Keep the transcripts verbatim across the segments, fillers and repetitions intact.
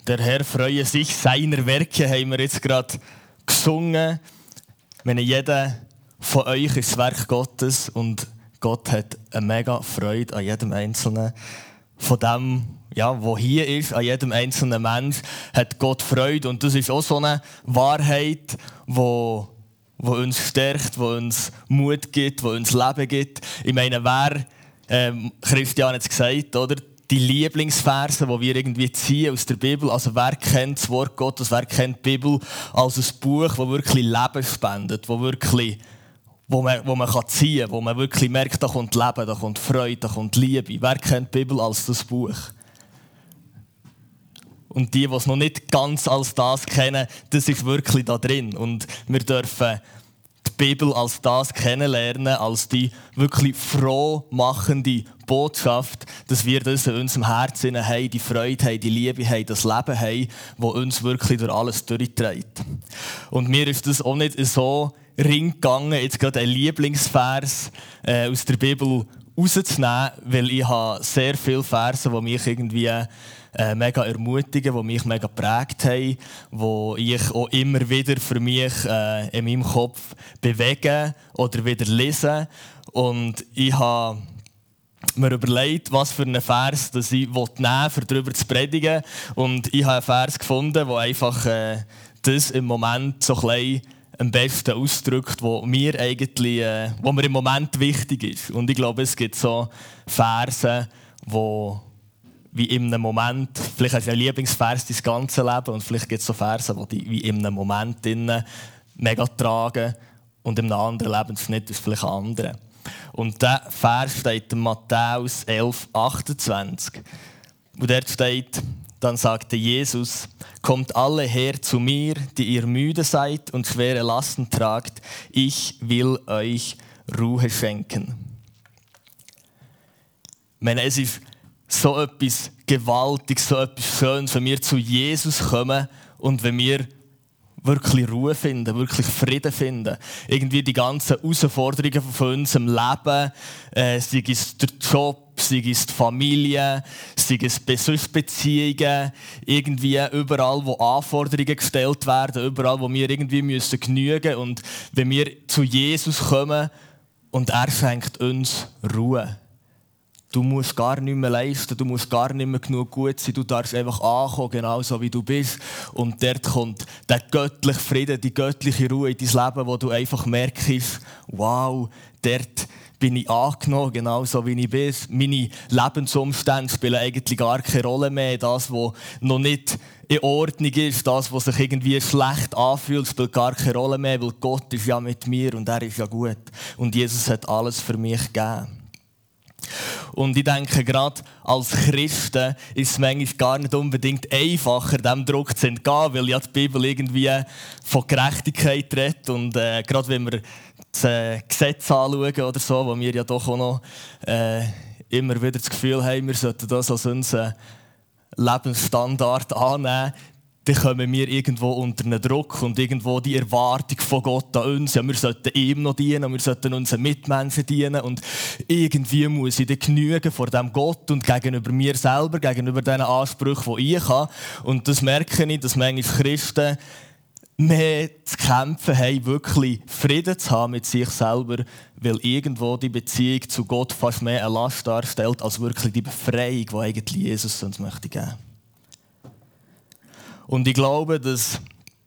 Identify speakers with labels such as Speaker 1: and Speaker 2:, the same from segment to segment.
Speaker 1: Der Herr freue sich seiner Werke, haben wir jetzt gerade gesungen. Wenn jeder von euch ist das Werk Gottes und Gott hat eine mega Freude an jedem Einzelnen. Von dem, ja, wo hier ist, an jedem einzelnen Mensch, hat Gott Freude. Und das ist auch so eine Wahrheit, wo, wo uns stärkt, wo uns Mut gibt, wo uns Leben gibt. Ich meine, wer, ähm, Christian hat es gesagt, oder? Die Lieblingsverse, die wir irgendwie ziehen aus der Bibel. Also wer kennt das Wort Gottes, wer kennt die Bibel als ein Buch, das wirklich Leben spendet, wo wirklich, wo man, wo man kann ziehen kann, wo man wirklich merkt, da kommt Leben, da kommt Freude, da kommt Liebe. Wer kennt die Bibel als das Buch? Und die, die es noch nicht ganz als das kennen, das ist wirklich da drin. Und wir dürfen die Bibel als das kennenlernen, als die wirklich froh machende Botschaft, dass wir das in unserem Herzen haben, die Freude haben, die Liebe haben, das Leben haben, das uns wirklich durch alles durchträgt. Und mir ist das auch nicht so ring gegangen, jetzt gerade einen Lieblingsvers äh, aus der Bibel rauszunehmen, weil ich habe sehr viele Verse, die mich irgendwie äh, mega ermutigen, die mich mega geprägt haben, die ich auch immer wieder für mich äh, in meinem Kopf bewege oder wieder lese. Und ich habe mir überlegt, was für einen Vers das ich nehmen will, um darüber zu predigen. Und ich habe einen Vers gefunden, der einfach äh, das im Moment so klein am besten ausdrückt, wo mir eigentlich, äh, wo mir im Moment wichtig ist. Und ich glaube, es gibt so Verse, wo wie in einem Moment, vielleicht hast du einen Lieblingsvers dein ganze Leben und vielleicht gibt es so Verse, die wie in einem Moment drinnen mega tragen und in einem anderen Lebensschnitt ist vielleicht ein anderer. Und dieser Vers steht in Matthäus elf, achtundzwanzig. Und dort steht, dann sagte Jesus, kommt alle her zu mir, die ihr müde seid und schwere Lasten tragt, ich will euch Ruhe schenken. Ich meine, es ist so etwas Gewaltiges, so etwas Schönes, wenn wir zu Jesus kommen und wenn wir wirklich Ruhe finden, wirklich Frieden finden. Irgendwie die ganzen Herausforderungen von unserem Leben, äh, sei es der Job, sei es die Familie, sei es sonst Beziehungen, irgendwie überall, wo Anforderungen gestellt werden, überall, wo wir irgendwie müssen genügen. Und wenn wir zu Jesus kommen und er schenkt uns Ruhe. Du musst gar nicht mehr leisten, du musst gar nicht mehr genug gut sein, du darfst einfach ankommen, genau so wie du bist. Und dort kommt der göttliche Frieden, die göttliche Ruhe in dein Leben, wo du einfach merkst, wow, dort bin ich angenommen, genau so wie ich bin. Meine Lebensumstände spielen eigentlich gar keine Rolle mehr. Das, was noch nicht in Ordnung ist, das, was sich irgendwie schlecht anfühlt, spielt gar keine Rolle mehr, weil Gott ist ja mit mir und er ist ja gut. Und Jesus hat alles für mich gegeben. Und ich denke, gerade als Christen ist es manchmal gar nicht unbedingt einfacher, diesem Druck zu entgehen, weil ja die Bibel irgendwie von Gerechtigkeit redet. Und äh, gerade wenn wir das äh, Gesetz anschauen oder so, wo wir ja doch auch noch äh, immer wieder das Gefühl haben, wir sollten das als unseren Lebensstandard annehmen, dann kommen wir irgendwo unter einen Druck und irgendwo die Erwartung von Gott an uns. Ja, wir sollten ihm noch dienen, wir sollten unseren Mitmenschen dienen und irgendwie muss ich dann genügen vor dem Gott und gegenüber mir selber, gegenüber diesen Ansprüchen, die ich habe. Und das merke ich, dass manchmal Christen mehr zu kämpfen haben, wirklich Frieden zu haben mit sich selber, weil irgendwo die Beziehung zu Gott fast mehr eine Last darstellt, als wirklich die Befreiung, die eigentlich Jesus uns möchte geben. Und ich glaube, dass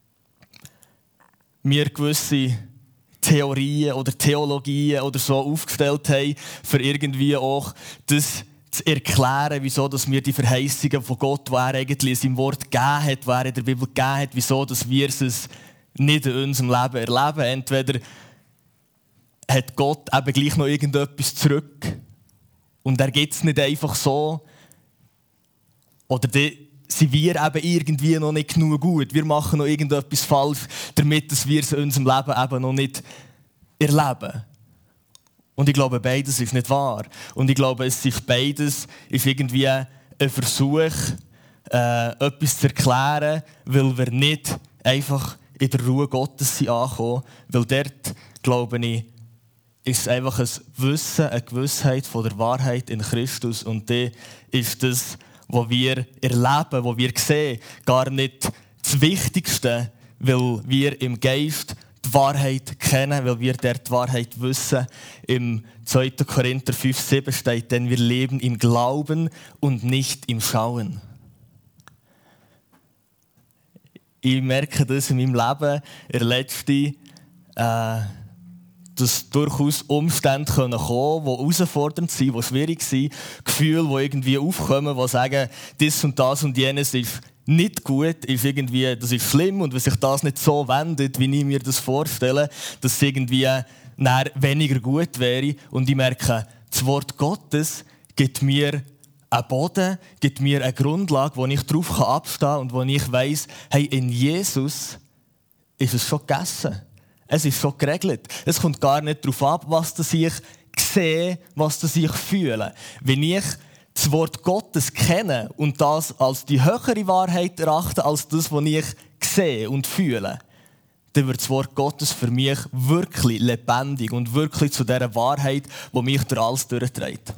Speaker 1: wir gewisse Theorien oder Theologien oder so aufgestellt haben, für irgendwie auch das zu erklären, wieso dass wir die Verheißungen von Gott, die er eigentlich in seinem Wort gegeben hat, die er in der Bibel gegeben hat, wieso dass wir es nicht in unserem Leben erleben. Entweder hat Gott eben gleich noch irgendetwas zurück und er gibt es nicht einfach so, oder die sind wir eben irgendwie noch nicht genug gut. Wir machen noch irgendetwas falsch, damit wir es in unserem Leben eben noch nicht erleben. Und ich glaube, beides ist nicht wahr. Und ich glaube, es ist beides ist irgendwie ein Versuch, äh, etwas zu erklären, weil wir nicht einfach in der Ruhe Gottes sind angekommen. Weil dort, glaube ich, ist es einfach ein Wissen, eine Gewissheit von der Wahrheit in Christus. Und dann ist das, was wir erleben, was wir sehen, gar nicht das Wichtigste, weil wir im Geist die Wahrheit kennen, weil wir dort die Wahrheit wissen. Im zweiten Korinther fünf sieben steht, denn wir leben im Glauben und nicht im Schauen. Ich merke das in meinem Leben, in der letzten, äh, dass durchaus Umstände kommen können, die herausfordernd sind, die schwierig sind, Gefühle, die irgendwie aufkommen, die sagen, das und das und jenes ist nicht gut, ist irgendwie, das ist schlimm und wenn sich das nicht so wendet, wie ich mir das vorstelle, dass es irgendwie weniger gut wäre. Und ich merke, das Wort Gottes gibt mir einen Boden, gibt mir eine Grundlage, wo ich darauf abstehen kann und wo ich weiss, hey, in Jesus ist es schon gegessen. Es ist schon geregelt. Es kommt gar nicht darauf ab, was das ich sehe, was das ich fühle. Wenn ich das Wort Gottes kenne und das als die höhere Wahrheit erachte, als das, was ich sehe und fühle, dann wird das Wort Gottes für mich wirklich lebendig und wirklich zu dieser Wahrheit, die mich durch alles durchträgt.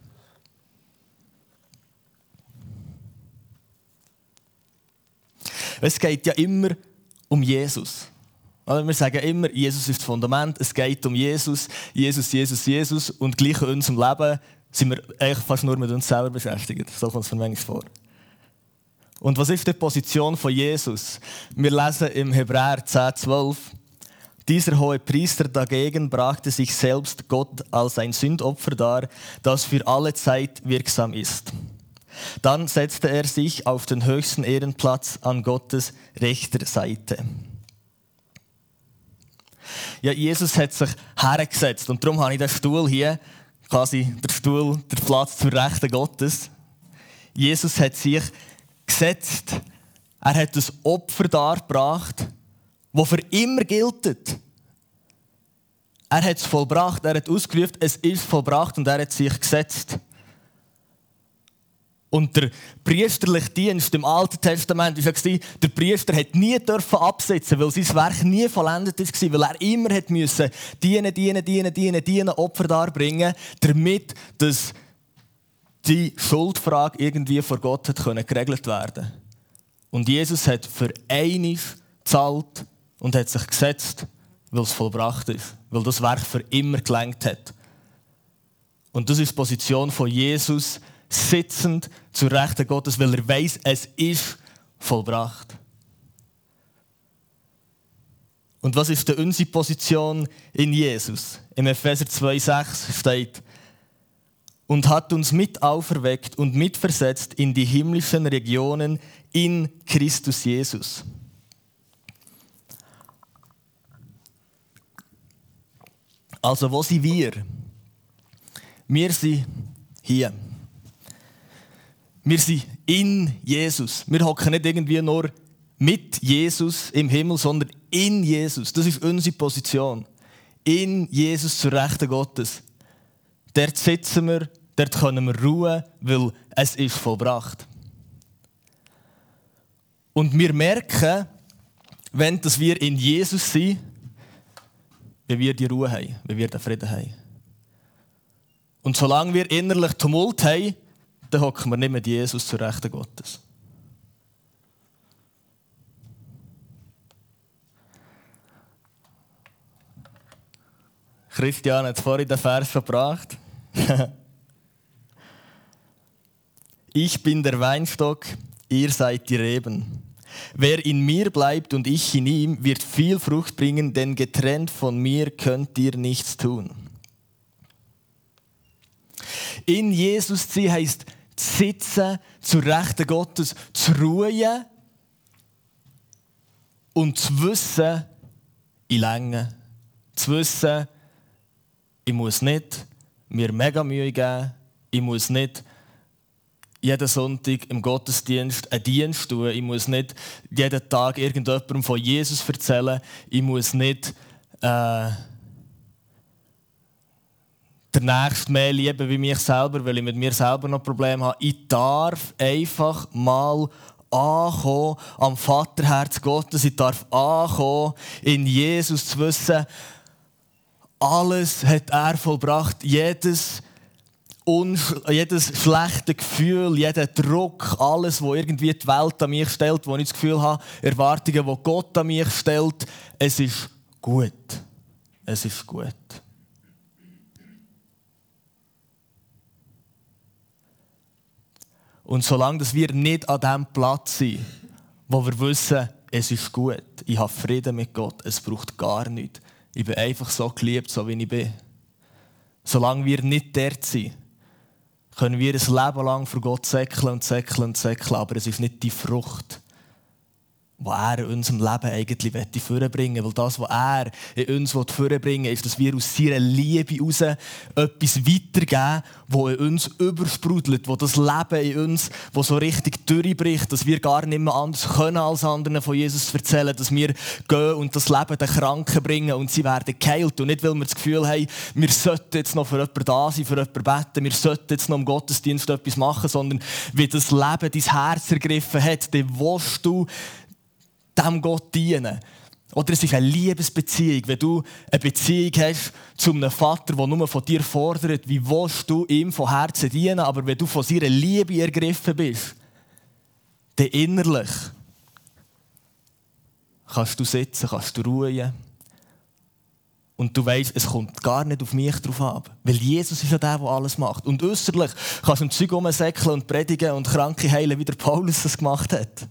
Speaker 1: Es geht ja immer um Jesus. Wir sagen immer, Jesus ist das Fundament, es geht um Jesus, Jesus, Jesus, Jesus. Und gleich in unserem Leben sind wir eigentlich fast nur mit uns selber beschäftigt. So kommt es mir manchmal vor. Und was ist die Position von Jesus? Wir lesen im Hebräer zehn zwölf. Dieser hohe Priester dagegen brachte sich selbst Gott als ein Sündopfer dar, das für alle Zeit wirksam ist. Dann setzte er sich auf den höchsten Ehrenplatz an Gottes rechter Seite. Ja, Jesus hat sich hergesetzt und darum habe ich den Stuhl hier, quasi der Stuhl, der Platz zur Rechten Gottes. Jesus hat sich gesetzt. Er hat ein Opfer dargebracht, das für immer gilt. Er hat es vollbracht, er hat ausgerufen, es ist vollbracht und er hat sich gesetzt. Und der priesterliche Dienst im Alten Testament war ja, der Priester hat nie absitzen, weil sein Werk nie vollendet war, weil er immer hat müssen dienen, dienen, dienen, dienen, dienen, Opfer darbringen, damit dass die Schuldfrage irgendwie vor Gott hat können geregelt werden. Und Jesus hat für einmal gezahlt und hat sich gesetzt, weil es vollbracht ist, weil das Werk für immer gelenkt hat. Und das ist die Position von Jesus, sitzend zur Rechten Gottes, weil er weiss, es ist vollbracht. Und was ist denn unsere Position in Jesus? Im Epheser zwei sechs steht, und hat uns mit auferweckt und mitversetzt in die himmlischen Regionen in Christus Jesus. Also, wo sind wir? Wir sind hier. Wir sind in Jesus. Wir hocken nicht irgendwie nur mit Jesus im Himmel, sondern in Jesus. Das ist unsere Position. In Jesus zur Rechten Gottes. Dort sitzen wir, dort können wir ruhen, weil es ist vollbracht. Und wir merken, wenn wir in Jesus sind, wie wir die Ruhe haben, wie wir den Frieden haben. Und solange wir innerlich Tumult haben, dann hocken wir nicht mit Jesus zur Rechten Gottes. Christian hat vorhin den Vers verbracht. Ich bin der Weinstock, ihr seid die Reben. Wer in mir bleibt und ich in ihm, wird viel Frucht bringen, denn getrennt von mir könnt ihr nichts tun. In Jesus zu sein heisst, zu sitzen, zur Rechten Gottes, zu ruhen und zu wissen, in Länge. Zu wissen, ich muss nicht mir mega Mühe geben, ich muss nicht jeden Sonntag im Gottesdienst einen Dienst tun, ich muss nicht jeden Tag irgendjemandem von Jesus erzählen, ich muss nicht äh, der Nächste mehr lieben wie mich selber, weil ich mit mir selber noch Probleme habe. Ich darf einfach mal ankommen am Vaterherz Gottes. Ich darf ankommen, in Jesus zu wissen, alles hat er vollbracht. Jedes Unsch- jedes schlechte Gefühl, jeder Druck, alles, was irgendwie die Welt an mich stellt, wo ich das Gefühl habe, Erwartungen, die Gott an mich stellt, es ist gut. Es ist gut. Und solange wir nicht an dem Platz sind, wo wir wissen, es ist gut, ich habe Frieden mit Gott, es braucht gar nichts. Ich bin einfach so geliebt, so wie ich bin. Solange wir nicht dort sind, können wir ein Leben lang für Gott säckeln und säckeln und säckeln, aber es ist nicht die Frucht, die er in unserem Leben eigentlich vorbringen will. Weil das, was er in uns vorbringen will, ist, dass wir aus seiner Liebe heraus etwas weitergeben, das in uns übersprudelt, wo das Leben in uns, wo so richtig durchbricht, dass wir gar nicht mehr anders können, als anderen von Jesus zu erzählen, dass wir gehen und das Leben den Kranken bringen und sie werden geheilt. Und nicht, weil wir das Gefühl haben, wir sollten jetzt noch für jemanden da sein, für jemanden beten, wir sollten jetzt noch im Gottesdienst etwas machen, sondern wie das Leben dein Herz ergriffen hat, dann willst du dem Gott dienen. Oder es ist eine Liebesbeziehung. Wenn du eine Beziehung hast zu einem Vater, der nur von dir fordert, wie willst du ihm von Herzen dienen? Aber wenn du von seiner Liebe ergriffen bist, dann innerlich kannst du sitzen, kannst du ruhen. Und du weißt, es kommt gar nicht auf mich drauf ab. Weil Jesus ist ja der, der alles macht. Und äußerlich kannst du im Zeug rumsäckeln und predigen und Kranke heilen, wie der Paulus das gemacht hat.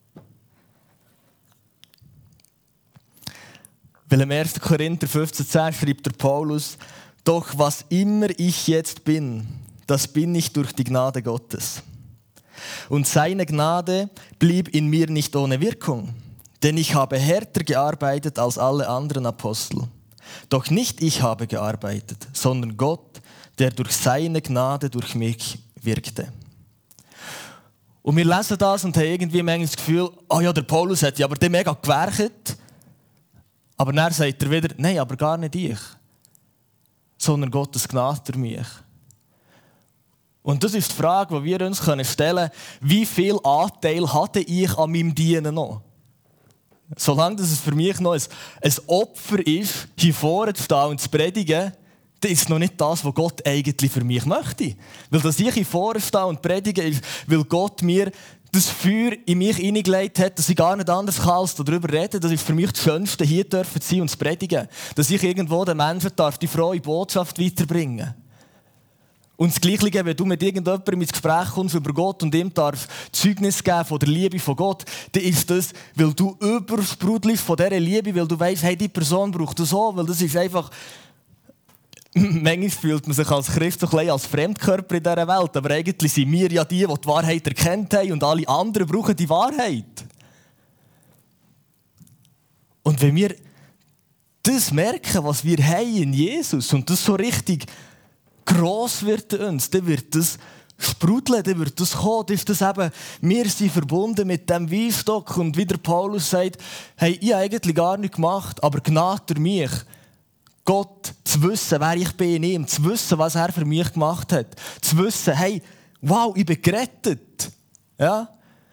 Speaker 1: Weil im ersten Korinther fünfzehn zehn schreibt der Paulus, doch was immer ich jetzt bin, das bin ich durch die Gnade Gottes. Und seine Gnade blieb in mir nicht ohne Wirkung, denn ich habe härter gearbeitet als alle anderen Apostel. Doch nicht ich habe gearbeitet, sondern Gott, der durch seine Gnade durch mich wirkte. Und wir lesen das und haben irgendwie manchmal das Gefühl, oh ja, der Paulus hat ja aber der mega gewerkt. Aber dann sagt er wieder, nein, aber gar nicht ich, sondern Gottes Gnade durch mich. Und das ist die Frage, die wir uns stellen können, wie viel Anteil hatte ich an meinem Dienen noch? Solange es für mich noch ein, ein Opfer ist, hier vorne zu stehen und zu predigen, dann ist es noch nicht das, was Gott eigentlich für mich möchte. Weil dass ich hier vorne stehe und predige, ist, weil Gott mir das Feuer in mich hineingelegt hat, dass ich gar nicht anders kann, als darüber reden. Das ist für mich das Schönste, hier dürfen zu sein und zu predigen. Dass ich irgendwo den Menschen darf die frohe Botschaft weiterbringen. Und das Gleiche, wenn du mit irgendjemandem ins Gespräch kommst über Gott und ihm darfst Zeugnis geben von der Liebe von Gott, dann ist das, weil du übersprudelst von dieser Liebe, weil du weißt, hey, die Person braucht das auch, weil das ist einfach... Manchmal fühlt man sich als Christ so ein als Fremdkörper in dieser Welt, aber eigentlich sind wir ja die, die die Wahrheit erkannt haben und alle anderen brauchen die Wahrheit. Und wenn wir das merken, was wir haben in Jesus und das so richtig gross wird in uns, dann wird das sprudeln, dann wird das kommen, dann ist das eben, wir sind verbunden mit dem Weinstock und wie der Paulus sagt, hey, ich habe eigentlich gar nichts gemacht, aber Gnade durch mich. Gott zu wissen, wer ich bin in ihm, zu wissen, was er für mich gemacht hat, zu wissen, hey, wow, ich bin gerettet. Ja?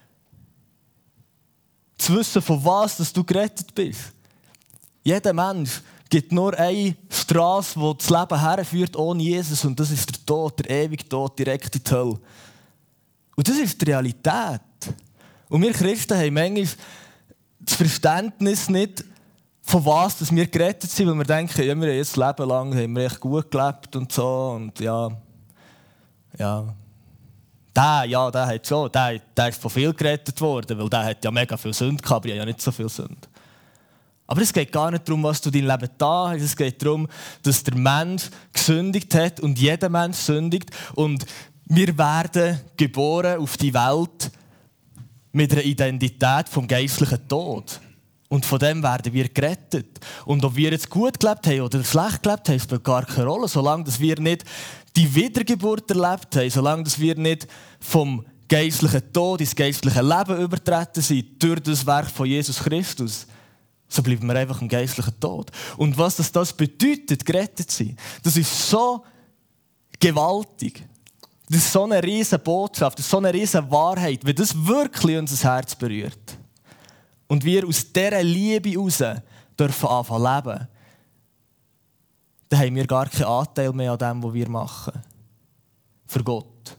Speaker 1: Zu wissen, von was dass du gerettet bist. Jeder Mensch gibt nur eine Straße, die das Leben herführt ohne Jesus, und das ist der Tod, der ewige Tod, direkt in die Hölle. Und das ist die Realität. Und wir Christen haben manchmal das Verständnis nicht, von was dass wir gerettet sind, weil wir denken, ja, wir haben jetzt Leben lang haben wir echt gut gelebt und so. Und ja, ja. Der, ja, der hat schon, der, der ist von viel gerettet worden, weil der hat ja mega viel Sünde gehabt, aber ich habe ja nicht so viel Sünde. Aber es geht gar nicht darum, was du dein Leben da hast. Es geht darum, dass der Mensch gesündigt hat und jeder Mensch sündigt. Und wir werden geboren auf die Welt mit einer Identität vom geistlichen Tod. Und von dem werden wir gerettet. Und ob wir jetzt gut gelebt haben oder schlecht gelebt haben, spielt gar keine Rolle. Solange dass wir nicht die Wiedergeburt erlebt haben, solange dass wir nicht vom geistlichen Tod ins geistliche Leben übertreten sind, durch das Werk von Jesus Christus, so bleiben wir einfach im geistlichen Tod. Und was das, das bedeutet, gerettet zu sein, das ist so gewaltig. Das ist so eine riesige Botschaft, das ist so eine riesige Wahrheit, wenn das wirklich unser Herz berührt. Und wir aus dieser Liebe heraus dürfen anfangen leben, dann haben wir gar keinen Anteil mehr an dem, was wir machen. für Gott.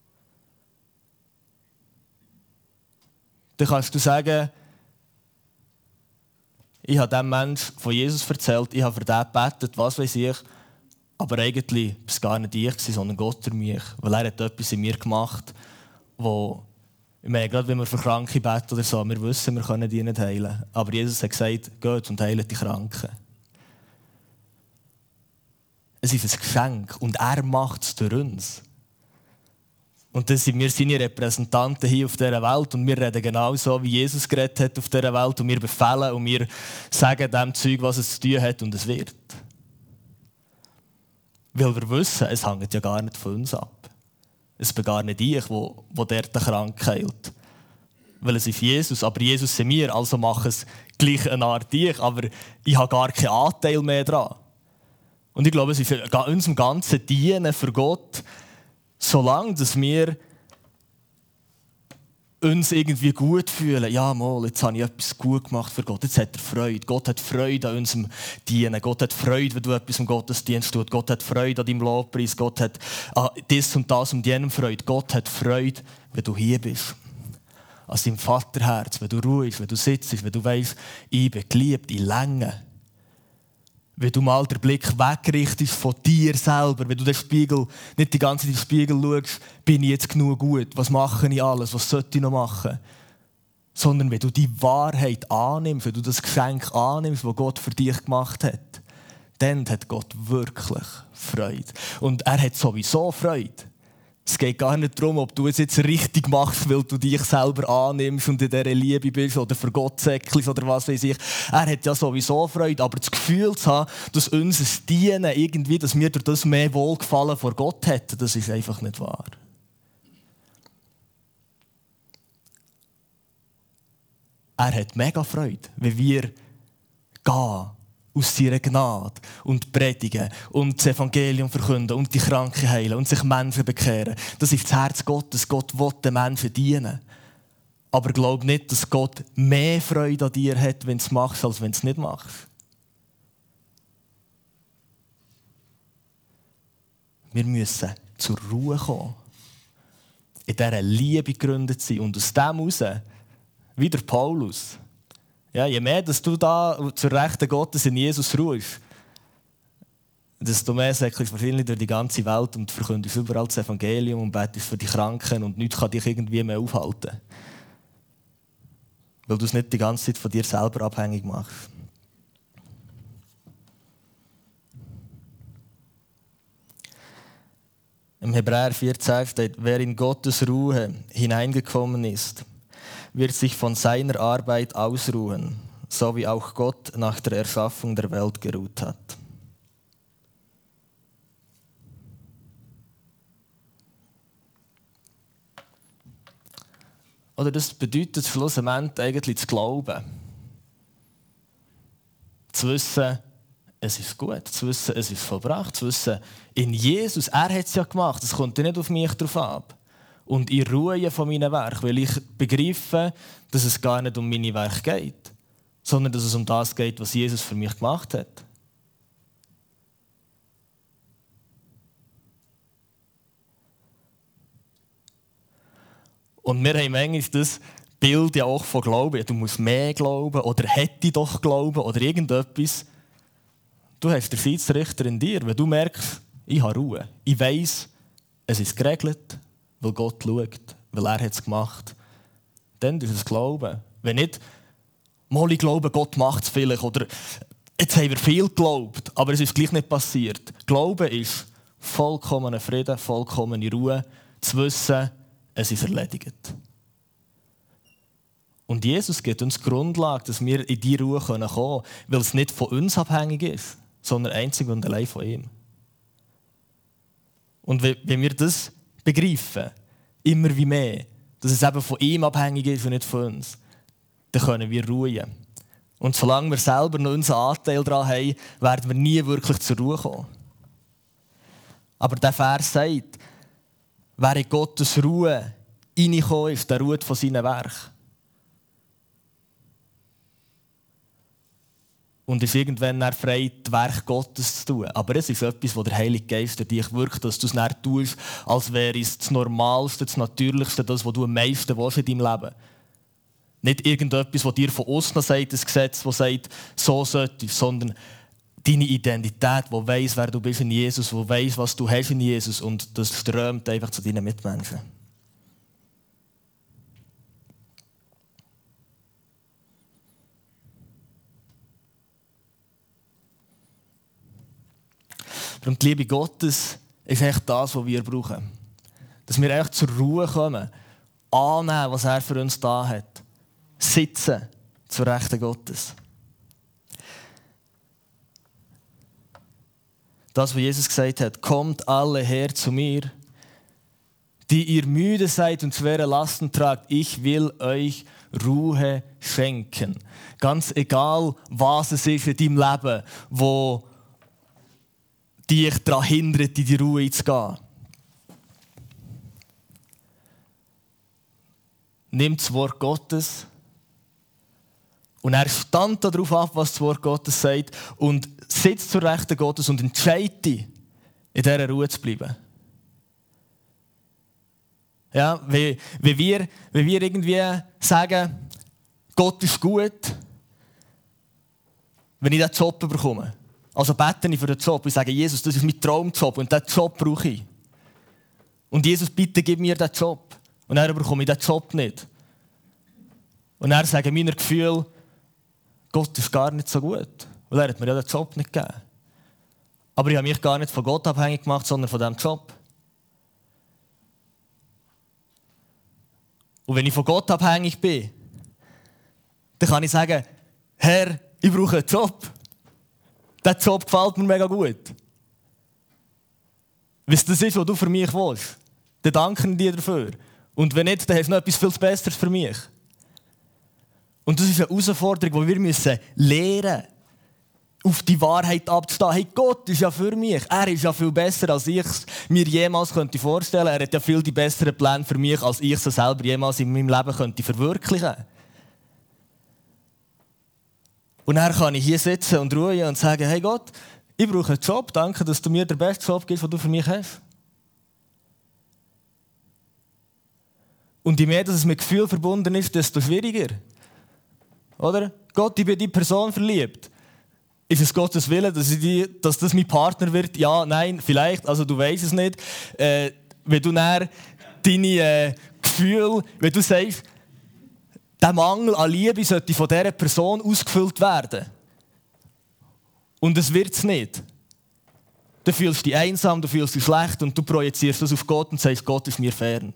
Speaker 1: Dann kannst du sagen, ich habe diesem Menschen von Jesus erzählt, ich habe für den gebetet, was weiß ich, aber eigentlich war es gar nicht ich, sondern Gott durch mich, weil er hat etwas in mir gemacht, wo, ich meine, gerade wenn wir für Kranke beten oder so, wir wissen, wir können die nicht heilen, aber Jesus hat gesagt, geht und heilt die Kranken. Es ist ein Geschenk und er macht es durch uns. Und das sind wir seine Repräsentanten hier auf dieser Welt und wir reden genauso, wie Jesus geredet hat auf dieser Welt und wir befehlen und wir sagen dem Zeug, was es zu tun hat und es wird. Weil wir wissen, es hängt ja gar nicht von uns ab. Es bin gar nicht ich, wo, wo der den Kranken heilt. Weil es ist Jesus, aber Jesus sind wir, also mache es gleich eine Art ich, aber ich habe gar keinen Anteil mehr daran. Und ich glaube, es ist in unserem ganzen Dienen für Gott, solange dass wir uns irgendwie gut fühlen, ja mal, jetzt habe ich etwas gut gemacht für Gott, jetzt hat er Freude. Gott hat Freude an unserem Dienen. Gott hat Freude, wenn du etwas im Gottesdienst tust. Gott hat Freude an deinem Lobpreis. Gott hat an das und das und jenem Freude. Gott hat Freude, wenn du hier bist. An seinem Vaterherz, wenn du ruhig, wenn du sitzt, wenn du weißt, ich bin geliebt, ich länge. Wenn du mal den Blick wegrichtest von dir selber, wenn du den Spiegel, nicht die ganze Zeit in den Spiegel schaust, bin ich jetzt genug gut, was mache ich alles, was sollte ich noch machen? Sondern wenn du die Wahrheit annimmst, wenn du das Geschenk annimmst, das Gott für dich gemacht hat, dann hat Gott wirklich Freude. Und er hat sowieso Freude. Es geht gar nicht darum, ob du es jetzt richtig machst, weil du dich selber annimmst und in dieser Liebe bist oder für Gott säckelst oder was weiß ich. Er hat ja sowieso Freude, aber das Gefühl zu haben, dass unser Dienen irgendwie, dass wir durch das mehr Wohlgefallen vor Gott hätten, das ist einfach nicht wahr. Er hat mega Freude, wenn wir gehen aus seiner Gnade und predigen und das Evangelium verkünden und die Kranken heilen und sich Menschen bekehren. Das ist das Herz Gottes. Gott will den Menschen dienen. Aber glaub nicht, dass Gott mehr Freude an dir hat, wenn du es machst, als wenn du es nicht machst. Wir müssen zur Ruhe kommen. In dieser Liebe gegründet sein und aus dem heraus, wie der Paulus, ja, je mehr, dass du da zur Rechten Gottes in Jesus ruhst, desto mehr säckelst du wahrscheinlich durch die ganze Welt und verkündest überall das Evangelium und betest für die Kranken und nichts kann dich irgendwie mehr aufhalten. Weil du es nicht die ganze Zeit von dir selber abhängig machst. Im Hebräer vierzehn steht, wer in Gottes Ruhe hineingekommen ist, wird sich von seiner Arbeit ausruhen, so wie auch Gott nach der Erschaffung der Welt geruht hat. Oder das bedeutet schlussendlich eigentlich zu glauben. Zu wissen, es ist gut, zu wissen, es ist vollbracht, zu wissen, in Jesus, er hat es ja gemacht, es kommt ja nicht auf mich drauf ab. Und ich ruhe von meinen Werken, weil ich begreife, dass es gar nicht um meine Werke geht, sondern dass es um das geht, was Jesus für mich gemacht hat. Und wir haben manchmal das Bild ja auch von Glauben. Du musst mehr glauben oder hätte doch glauben oder irgendetwas. Du hast den Schiedsrichter in dir, wenn du merkst, ich habe Ruhe. Ich weiss, es ist geregelt, weil Gott schaut, weil er es gemacht hat. Dann ist es Glauben. Wenn nicht, mal ich glaube, Gott macht es vielleicht. Oder jetzt haben wir viel geglaubt, aber es ist gleich nicht passiert. Glauben ist vollkommener Frieden, vollkommene Ruhe, zu wissen, es ist erledigt. Und Jesus gibt uns die Grundlage, dass wir in diese Ruhe kommen können, weil es nicht von uns abhängig ist, sondern einzig und allein von ihm. Und wenn wir das begreifen, immer wie mehr, dass es eben von ihm abhängig ist und nicht von uns, dann können wir ruhen. Und solange wir selber noch unseren Anteil daran haben, werden wir nie wirklich zur Ruhe kommen. Aber der Vers sagt, wer in Gottes Ruhe reingekommen ist, der ruht von seinen Werken. und ist irgendwann dann frei, das Werk Gottes zu tun. Aber es ist etwas, wo der Heilige Geist durch dich wirkt, dass du es dann tust, als wäre es das Normalste, das Natürlichste, das, was du am meisten willst in deinem Leben. Nicht irgendetwas, das dir von außen sagt, ein Gesetz, das sagt, so sollte es, sondern deine Identität, die weiss, wer du bist in Jesus, die weiss, was du hast in Jesus, und das strömt einfach zu deinen Mitmenschen. Und die Liebe Gottes ist echt das, was wir brauchen. Dass wir echt zur Ruhe kommen, annehmen, was er für uns da hat. Sitzen zur Rechten Gottes. Das, was Jesus gesagt hat, kommt alle her zu mir, die ihr müde seid und schwere Lasten tragt, ich will euch Ruhe schenken. Ganz egal, was es ist in deinem Leben, wo dich daran hindert, in die Ruhe einzugehen. Nimm das Wort Gottes und er stand darauf ab, was das Wort Gottes sagt, und sitzt zur Rechten Gottes und entscheidet dich, in dieser Ruhe zu bleiben. Ja, wie, wie, wir, wie wir irgendwie sagen, Gott ist gut, wenn ich diesen Job bekomme. Also bete ich für den Job und sage, Jesus, das ist mein Traumjob und diesen Job brauche ich. Und Jesus, bitte gib mir diesen Job. Und dann bekomme ich diesen Job nicht. Und dann sagen meine Gefühle, Gott ist gar nicht so gut. Weil er hat mir ja den Job nicht gegeben. Aber ich habe mich gar nicht von Gott abhängig gemacht, sondern von diesem Job. Und wenn ich von Gott abhängig bin, dann kann ich sagen, Herr, ich brauche einen Job. Der Job gefällt mir mega gut. Wenn es das ist, was du für mich willst, dann danke ich dir dafür. Und wenn nicht, dann hast du noch etwas viel Besseres für mich. Und das ist eine Herausforderung, die wir müssen lernen müssen, auf die Wahrheit abzustehen. Hey, Gott ist ja für mich. Er ist ja viel besser, als ich es mir jemals könnte vorstellen könnte. Er hat ja viel die besseren Pläne für mich, als ich es selber jemals in meinem Leben könnte verwirklichen könnte. Und dann kann ich hier sitzen und ruhen und sagen, hey Gott, ich brauche einen Job, danke, dass du mir den besten Job gibst, den du für mich hast. Und je mehr dass es mit Gefühl verbunden ist, desto schwieriger. Oder? Gott, ich bin in die Person verliebt. Ist es Gottes Wille, dass, ich die, dass das mein Partner wird? Ja, nein, vielleicht, also du weißt es nicht. Äh, wenn du dann deine äh, Gefühle, wenn du sagst, der Mangel an Liebe sollte von dieser Person ausgefüllt werden. Und es wird es nicht. Du fühlst dich einsam, du fühlst dich schlecht und du projizierst das auf Gott und sagst, Gott ist mir fern.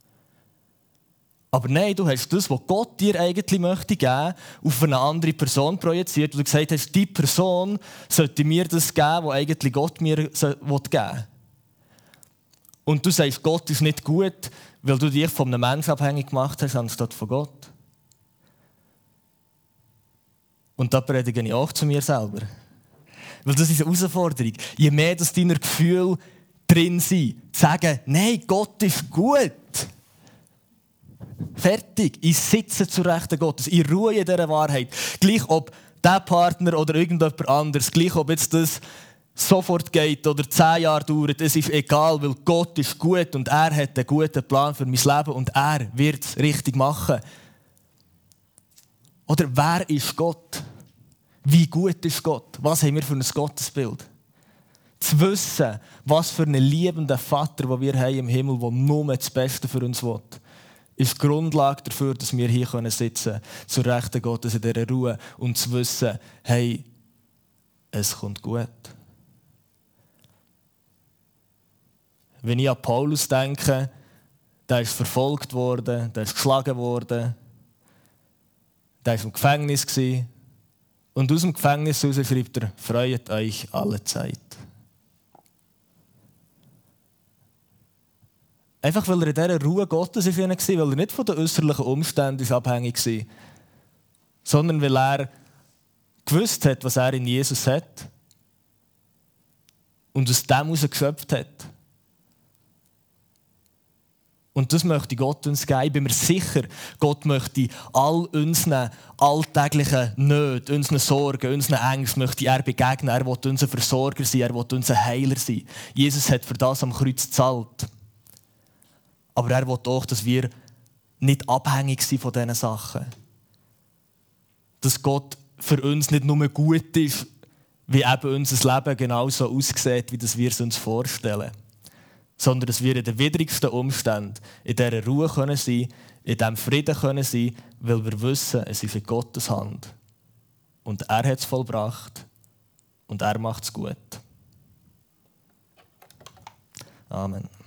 Speaker 1: Aber nein, du hast das, was Gott dir eigentlich möchte geben, auf eine andere Person projiziert. Und du gesagt hast, die Person sollte mir das geben, was eigentlich Gott mir geben will. Und du sagst, Gott ist nicht gut, weil du dich von einem Menschen abhängig gemacht hast, anstatt von Gott. Und da predige ich auch zu mir selber. Weil das ist eine Herausforderung. Je mehr dass deine Gefühle drin sind, sagen, nein, Gott ist gut. Fertig. Ich sitze zur Rechten Gottes. Ich ruhe in dieser Wahrheit. Gleich ob der Partner oder irgendjemand anderes, gleich ob jetzt das sofort geht oder zehn Jahre dauert, es ist egal, weil Gott ist gut und er hat einen guten Plan für mein Leben und er wird es richtig machen. Oder wer ist Gott? Wie gut ist Gott? Was haben wir für ein Gottesbild? Zu wissen, was für einen liebenden Vater den wir haben im Himmel, der nur das Beste für uns will, ist die Grundlage dafür, dass wir hier sitzen können, zur Rechten Gottes in dieser Ruhe und zu wissen, hey, es kommt gut. Wenn ich an Paulus denke, der ist verfolgt worden, der ist geschlagen worden, der war im Gefängnis. Und aus dem Gefängnis heraus schreibt er, freut euch alle Zeit. Einfach weil er in dieser Ruhe Gottes war, weil er nicht von den äußerlichen Umständen abhängig war, sondern weil er gewusst hat, was er in Jesus hat und aus dem heraus geschöpft hat. Und das möchte Gott uns geben. Ich bin mir sicher, Gott möchte all unseren alltäglichen Nöten, unseren Sorgen, unseren Ängsten möchte er begegnen. Er will unser Versorger sein, er will unser Heiler sein. Jesus hat für das am Kreuz gezahlt. Aber er will auch, dass wir nicht abhängig sind von diesen Sachen. Dass Gott für uns nicht nur gut ist, wie eben unser Leben genauso aussieht, wie das wir es uns vorstellen. Sondern dass wir in den widrigsten Umständen in dieser Ruhe können sein, in diesem Frieden können sein, weil wir wissen, es ist in Gottes Hand. Und er hat es vollbracht und er macht es gut. Amen.